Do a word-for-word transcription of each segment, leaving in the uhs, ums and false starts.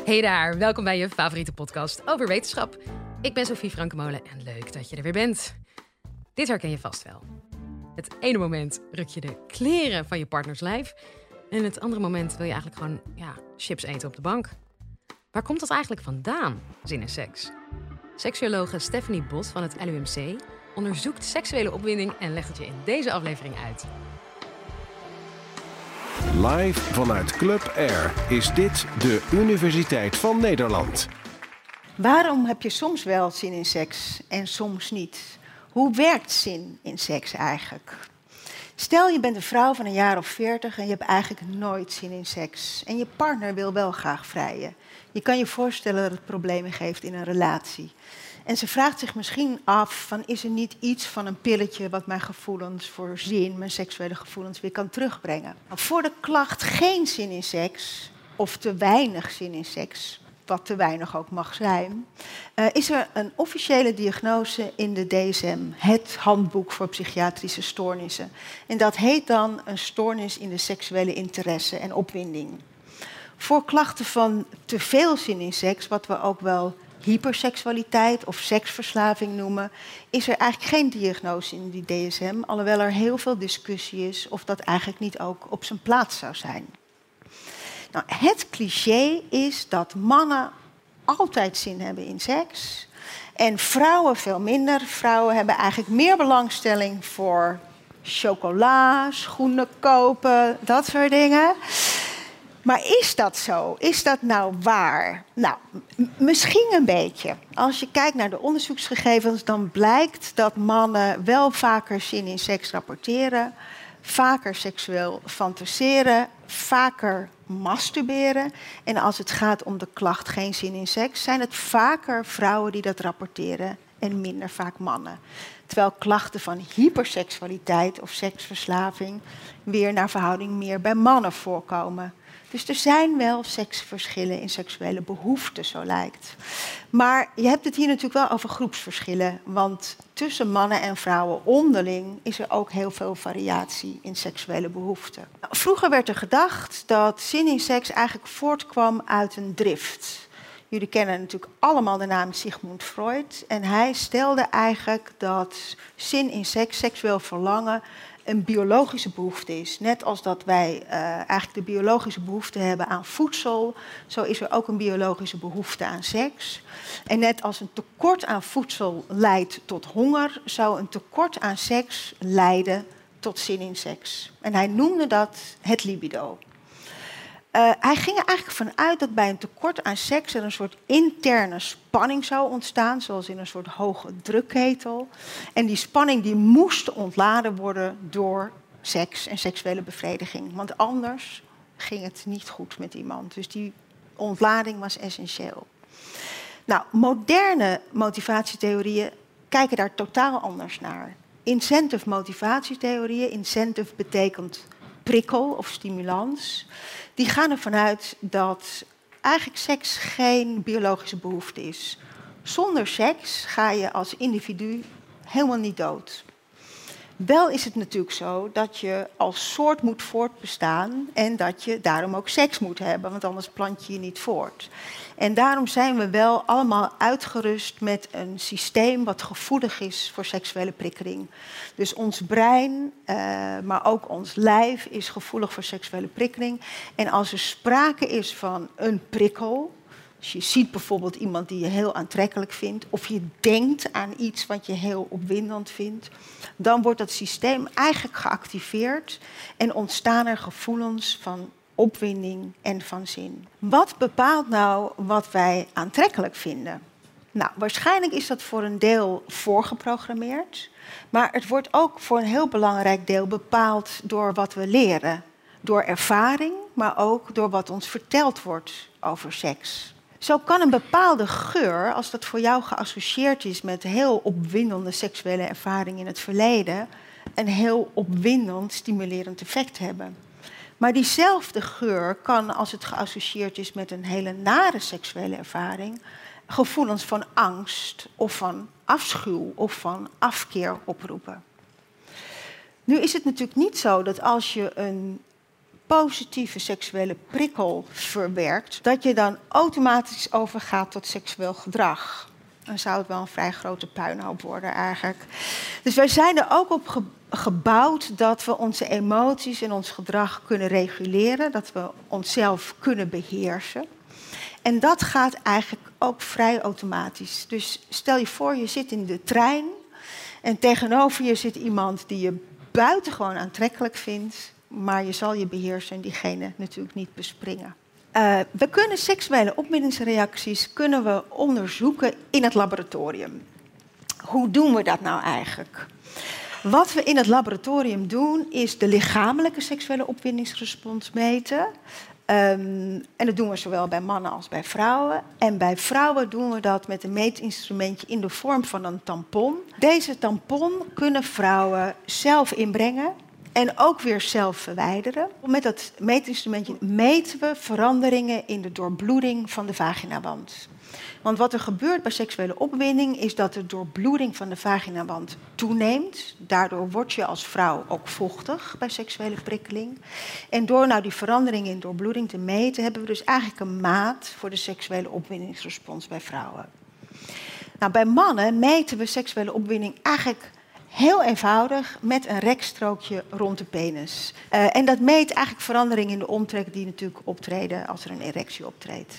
Hey daar, welkom bij je favoriete podcast over wetenschap. Ik ben Sophie Frankemolen en leuk dat je er weer bent. Dit herken je vast wel. Het ene moment ruk je de kleren van je partners lijf en het andere moment wil je eigenlijk gewoon ja, chips eten op de bank. Waar komt dat eigenlijk vandaan, zin in seks? Seksuologe Stephanie Bos van het L U M C onderzoekt seksuele opwinding en legt het je in deze aflevering uit. Live vanuit Club Air is dit de Universiteit van Nederland. Waarom heb je soms wel zin in seks en soms niet? Hoe werkt zin in seks eigenlijk? Stel je bent een vrouw van een jaar of veertig en je hebt eigenlijk nooit zin in seks. En je partner wil wel graag vrijen. Je kan je voorstellen dat het problemen geeft in een relatie. En ze vraagt zich misschien af van, is er niet iets van een pilletje wat mijn gevoelens voor zin, mijn seksuele gevoelens weer kan terugbrengen. Voor de klacht geen zin in seks of te weinig zin in seks, wat te weinig ook mag zijn, uh, is er een officiële diagnose in de D S M, het handboek voor psychiatrische stoornissen. En dat heet dan een stoornis in de seksuele interesse en opwinding. Voor klachten van te veel zin in seks, wat we ook wel hyperseksualiteit of seksverslaving noemen, is er eigenlijk geen diagnose in die D S M, alhoewel er heel veel discussie is of dat eigenlijk niet ook op zijn plaats zou zijn. Nou, het cliché is dat mannen altijd zin hebben in seks en vrouwen veel minder. Vrouwen hebben eigenlijk meer belangstelling voor chocola, schoenen kopen, dat soort dingen. Maar is dat zo? Is dat nou waar? Nou, m- misschien een beetje. Als je kijkt naar de onderzoeksgegevens, dan blijkt dat mannen wel vaker zin in seks rapporteren, vaker seksueel fantaseren, vaker masturberen. En als het gaat om de klacht geen zin in seks, zijn het vaker vrouwen die dat rapporteren en minder vaak mannen. Terwijl klachten van hyperseksualiteit of seksverslaving weer naar verhouding meer bij mannen voorkomen. Dus er zijn wel seksverschillen in seksuele behoeften, zo lijkt. Maar je hebt het hier natuurlijk wel over groepsverschillen. Want tussen mannen en vrouwen onderling is er ook heel veel variatie in seksuele behoeften. Vroeger werd er gedacht dat zin in seks eigenlijk voortkwam uit een drift. Jullie kennen natuurlijk allemaal de naam Sigmund Freud. En hij stelde eigenlijk dat zin in seks, seksueel verlangen, een biologische behoefte is. Net als dat wij uh, eigenlijk de biologische behoefte hebben aan voedsel, zo is er ook een biologische behoefte aan seks. En net als een tekort aan voedsel leidt tot honger, zou een tekort aan seks leiden tot zin in seks. En hij noemde dat het libido. Uh, hij ging er eigenlijk vanuit dat bij een tekort aan seks er een soort interne spanning zou ontstaan, zoals in een soort hoge drukketel. En die spanning die moest ontladen worden door seks en seksuele bevrediging. Want anders ging het niet goed met iemand. Dus die ontlading was essentieel. Nou, moderne motivatietheorieën kijken daar totaal anders naar. Incentive motivatietheorieën, incentive betekent prikkel of stimulans, die gaan ervan uit dat eigenlijk seks geen biologische behoefte is. Zonder seks ga je als individu helemaal niet dood. Wel is het natuurlijk zo dat je als soort moet voortbestaan en dat je daarom ook seks moet hebben, want anders plant je je niet voort. En daarom zijn we wel allemaal uitgerust met een systeem wat gevoelig is voor seksuele prikkeling. Dus ons brein, uh, maar ook ons lijf is gevoelig voor seksuele prikkeling. En als er sprake is van een prikkel, als je ziet bijvoorbeeld iemand die je heel aantrekkelijk vindt, of je denkt aan iets wat je heel opwindend vindt, dan wordt dat systeem eigenlijk geactiveerd en ontstaan er gevoelens van opwinding en van zin. Wat bepaalt nou wat wij aantrekkelijk vinden? Nou, waarschijnlijk is dat voor een deel voorgeprogrammeerd, maar het wordt ook voor een heel belangrijk deel bepaald door wat we leren. Door ervaring, maar ook door wat ons verteld wordt over seks. Zo kan een bepaalde geur, als dat voor jou geassocieerd is met heel opwindende seksuele ervaring in het verleden, een heel opwindend, stimulerend effect hebben. Maar diezelfde geur kan, als het geassocieerd is met een hele nare seksuele ervaring, gevoelens van angst of van afschuw of van afkeer oproepen. Nu is het natuurlijk niet zo dat als je een positieve seksuele prikkel verwerkt, dat je dan automatisch overgaat tot seksueel gedrag. Dan zou het wel een vrij grote puinhoop worden eigenlijk. Dus wij zijn er ook op ge- gebouwd dat we onze emoties en ons gedrag kunnen reguleren, dat we onszelf kunnen beheersen. En dat gaat eigenlijk ook vrij automatisch. Dus stel je voor, je zit in de trein en tegenover je zit iemand die je buitengewoon aantrekkelijk vindt, maar je zal je beheersen en diegene natuurlijk niet bespringen. Uh, we kunnen seksuele opwindingsreacties kunnen we onderzoeken in het laboratorium. Hoe doen we dat nou eigenlijk? Wat we in het laboratorium doen is de lichamelijke seksuele opwindingsrespons meten. Um, en dat doen we zowel bij mannen als bij vrouwen. En bij vrouwen doen we dat met een meetinstrumentje in de vorm van een tampon. Deze tampon kunnen vrouwen zelf inbrengen en ook weer zelf verwijderen. Met dat meetinstrumentje meten we veranderingen in de doorbloeding van de vaginawand. Want wat er gebeurt bij seksuele opwinding is dat de doorbloeding van de vaginawand toeneemt. Daardoor word je als vrouw ook vochtig bij seksuele prikkeling. En door nou die verandering in doorbloeding te meten, hebben we dus eigenlijk een maat voor de seksuele opwindingsrespons bij vrouwen. Nou, bij mannen meten we seksuele opwinding eigenlijk heel eenvoudig met een rekstrookje rond de penis. Uh, en dat meet eigenlijk veranderingen in de omtrek die natuurlijk optreden als er een erectie optreedt.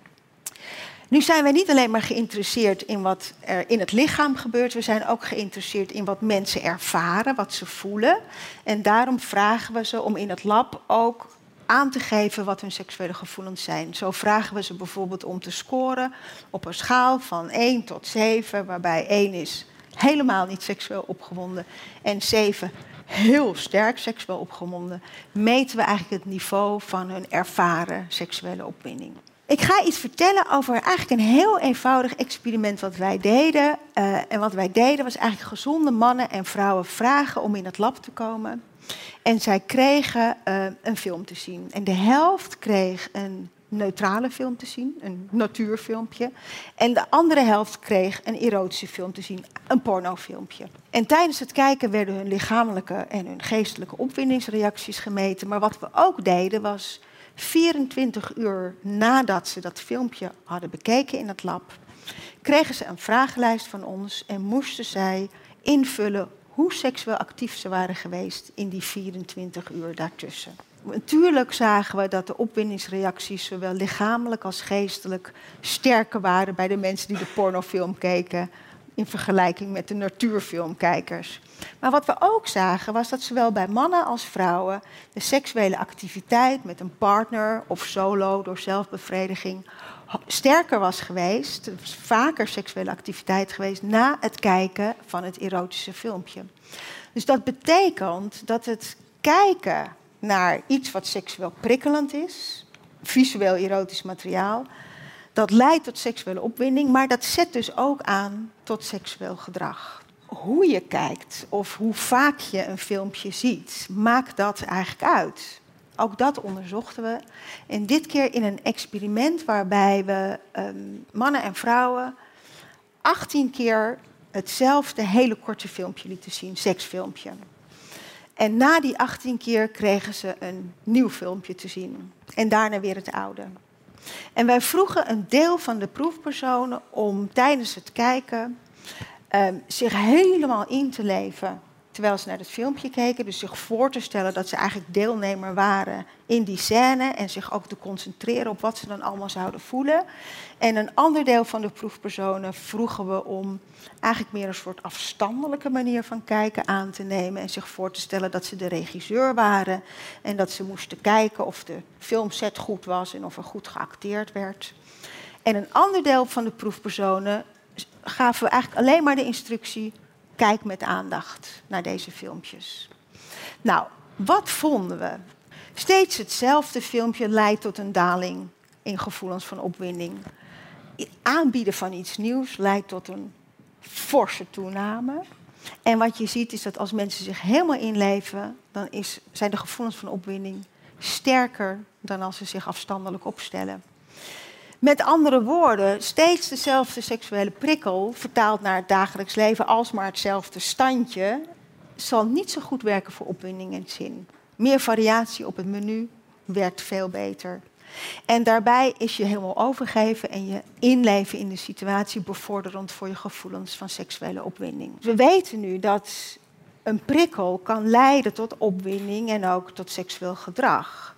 Nu zijn wij niet alleen maar geïnteresseerd in wat er in het lichaam gebeurt. We zijn ook geïnteresseerd in wat mensen ervaren, wat ze voelen. En daarom vragen we ze om in het lab ook aan te geven wat hun seksuele gevoelens zijn. Zo vragen we ze bijvoorbeeld om te scoren op een schaal van één tot zeven, waarbij één is helemaal niet seksueel opgewonden en zeven heel sterk seksueel opgewonden. Meten we eigenlijk het niveau van hun ervaren seksuele opwinding. Ik ga iets vertellen over eigenlijk een heel eenvoudig experiment wat wij deden. Uh, en wat wij deden was eigenlijk gezonde mannen en vrouwen vragen om in het lab te komen. En zij kregen uh, een film te zien. En de helft kreeg een neutrale film te zien, een natuurfilmpje. En de andere helft kreeg een erotische film te zien, een pornofilmpje. En tijdens het kijken werden hun lichamelijke en hun geestelijke opwindingsreacties gemeten. Maar wat we ook deden was vierentwintig uur nadat ze dat filmpje hadden bekeken in het lab, kregen ze een vragenlijst van ons en moesten zij invullen hoe seksueel actief ze waren geweest in die vierentwintig uur daartussen. Natuurlijk zagen we dat de opwindingsreacties zowel lichamelijk als geestelijk sterker waren bij de mensen die de pornofilm keken in vergelijking met de natuurfilmkijkers. Maar wat we ook zagen was dat zowel bij mannen als vrouwen de seksuele activiteit met een partner of solo door zelfbevrediging sterker was geweest, er was vaker seksuele activiteit geweest na het kijken van het erotische filmpje. Dus dat betekent dat het kijken naar iets wat seksueel prikkelend is, visueel erotisch materiaal, dat leidt tot seksuele opwinding, maar dat zet dus ook aan tot seksueel gedrag. Hoe je kijkt of hoe vaak je een filmpje ziet, maakt dat eigenlijk uit. Ook dat onderzochten we. En dit keer in een experiment waarbij we um, mannen en vrouwen achttien keer hetzelfde hele korte filmpje lieten zien, seksfilmpje. En na die achttien keer kregen ze een nieuw filmpje te zien. En daarna weer het oude. En wij vroegen een deel van de proefpersonen om tijdens het kijken um, zich helemaal in te leven terwijl ze naar het filmpje keken. Dus zich voor te stellen dat ze eigenlijk deelnemer waren in die scène en zich ook te concentreren op wat ze dan allemaal zouden voelen. En een ander deel van de proefpersonen vroegen we om eigenlijk meer een soort afstandelijke manier van kijken aan te nemen en zich voor te stellen dat ze de regisseur waren en dat ze moesten kijken of de filmset goed was en of er goed geacteerd werd. En een ander deel van de proefpersonen gaven we eigenlijk alleen maar de instructie: kijk met aandacht naar deze filmpjes. Nou, wat vonden we? Steeds hetzelfde filmpje leidt tot een daling in gevoelens van opwinding. Het aanbieden van iets nieuws leidt tot een forse toename. En wat je ziet is dat als mensen zich helemaal inleven, dan is, zijn de gevoelens van opwinding sterker dan als ze zich afstandelijk opstellen. Met andere woorden, steeds dezelfde seksuele prikkel, vertaald naar het dagelijks leven, alsmaar hetzelfde standje, zal niet zo goed werken voor opwinding en zin. Meer variatie op het menu werkt veel beter. En daarbij is je helemaal overgeven en je inleven in de situatie bevorderend voor je gevoelens van seksuele opwinding. We weten nu dat een prikkel kan leiden tot opwinding en ook tot seksueel gedrag.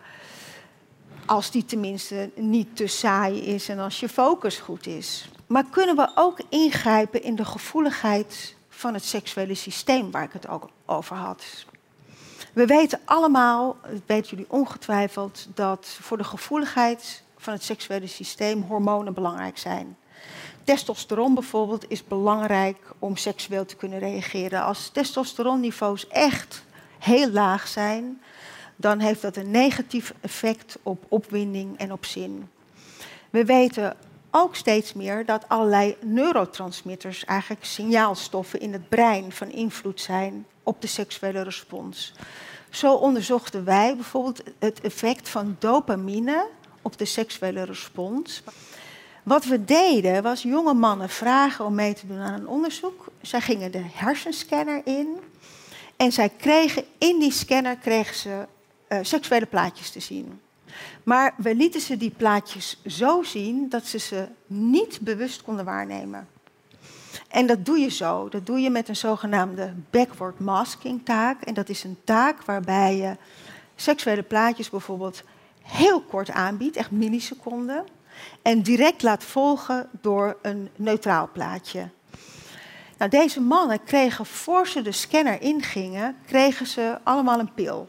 Als die tenminste niet te saai is en als je focus goed is. Maar kunnen we ook ingrijpen in de gevoeligheid van het seksuele systeem waar ik het ook over had? We weten allemaal, dat weten jullie ongetwijfeld, dat voor de gevoeligheid van het seksuele systeem hormonen belangrijk zijn. Testosteron bijvoorbeeld is belangrijk om seksueel te kunnen reageren. Als testosteronniveaus echt heel laag zijn, dan heeft dat een negatief effect op opwinding en op zin. We weten ook steeds meer dat allerlei neurotransmitters, eigenlijk signaalstoffen in het brein, van invloed zijn op de seksuele respons. Zo onderzochten wij bijvoorbeeld het effect van dopamine op de seksuele respons. Wat we deden was jonge mannen vragen om mee te doen aan een onderzoek. Zij gingen de hersenscanner in en zij kregen in die scanner kregen ze uh, seksuele plaatjes te zien. Maar we lieten ze die plaatjes zo zien dat ze ze niet bewust konden waarnemen. En dat doe je zo. Dat doe je met een zogenaamde backward masking taak. En dat is een taak waarbij je seksuele plaatjes bijvoorbeeld heel kort aanbiedt, echt milliseconden. En direct laat volgen door een neutraal plaatje. Nou, deze mannen kregen, voor ze de scanner ingingen, kregen ze allemaal een pil.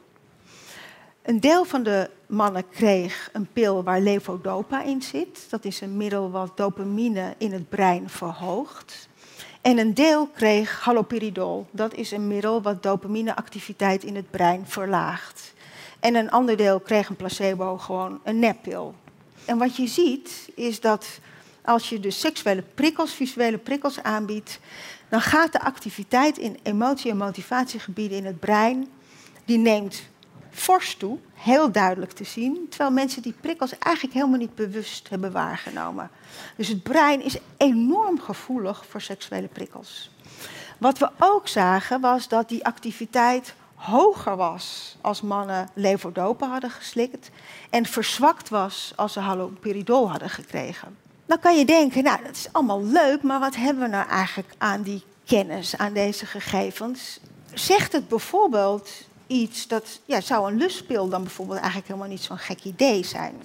Een deel van de mannen kreeg een pil waar levodopa in zit. Dat is een middel wat dopamine in het brein verhoogt. En een deel kreeg haloperidol. Dat is een middel wat dopamineactiviteit in het brein verlaagt. En een ander deel kreeg een placebo, gewoon een neppil. En wat je ziet is dat als je dus seksuele prikkels, visuele prikkels aanbiedt, dan gaat de activiteit in emotie- en motivatiegebieden in het brein, die neemt fors toe, heel duidelijk te zien, terwijl mensen die prikkels eigenlijk helemaal niet bewust hebben waargenomen. Dus het brein is enorm gevoelig voor seksuele prikkels. Wat we ook zagen was dat die activiteit hoger was als mannen levodopa hadden geslikt en verzwakt was als ze haloperidol hadden gekregen. Dan kan je denken, nou dat is allemaal leuk, maar wat hebben we nou eigenlijk aan die kennis, aan deze gegevens? Zegt het bijvoorbeeld iets dat, ja, zou een lustpil dan bijvoorbeeld eigenlijk helemaal niet zo'n gek idee zijn?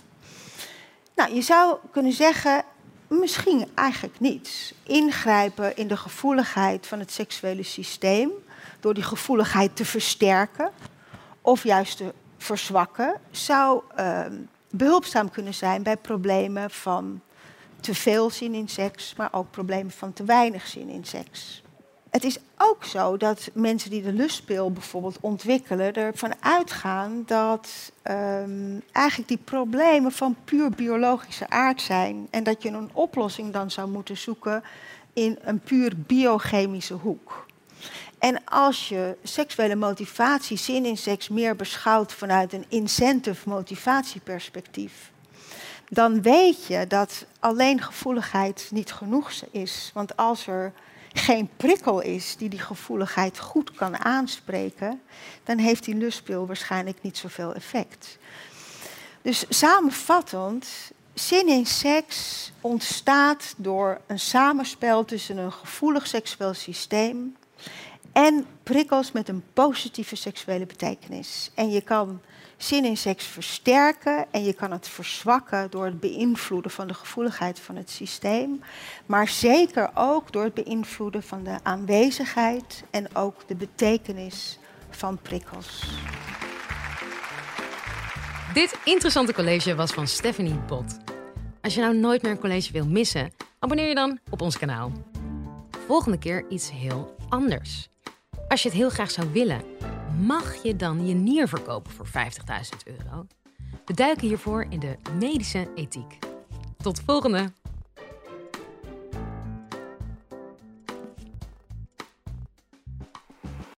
Nou, je zou kunnen zeggen, misschien eigenlijk niet. Ingrijpen in de gevoeligheid van het seksuele systeem door die gevoeligheid te versterken of juist te verzwakken, zou uh, behulpzaam kunnen zijn bij problemen van te veel zin in seks, maar ook problemen van te weinig zin in seks. Het is ook zo dat mensen die de lustpil bijvoorbeeld ontwikkelen ervan uitgaan dat um, eigenlijk die problemen van puur biologische aard zijn en dat je een oplossing dan zou moeten zoeken in een puur biochemische hoek. En als je seksuele motivatie, zin in seks, meer beschouwt vanuit een incentive motivatieperspectief, dan weet je dat alleen gevoeligheid niet genoeg is. Want als er geen prikkel is die die gevoeligheid goed kan aanspreken, dan heeft die lustpil waarschijnlijk niet zoveel effect. Dus samenvattend, zin in seks ontstaat door een samenspel tussen een gevoelig seksueel systeem en prikkels met een positieve seksuele betekenis. En je kan zin in seks versterken en je kan het verzwakken door het beïnvloeden van de gevoeligheid van het systeem. Maar zeker ook door het beïnvloeden van de aanwezigheid en ook de betekenis van prikkels. Dit interessante college was van Stephanie Bot. Als je nou nooit meer een college wil missen, abonneer je dan op ons kanaal. Volgende keer iets heel anders. Als je het heel graag zou willen, mag je dan je nier verkopen voor vijftigduizend euro? We duiken hiervoor in de medische ethiek. Tot volgende!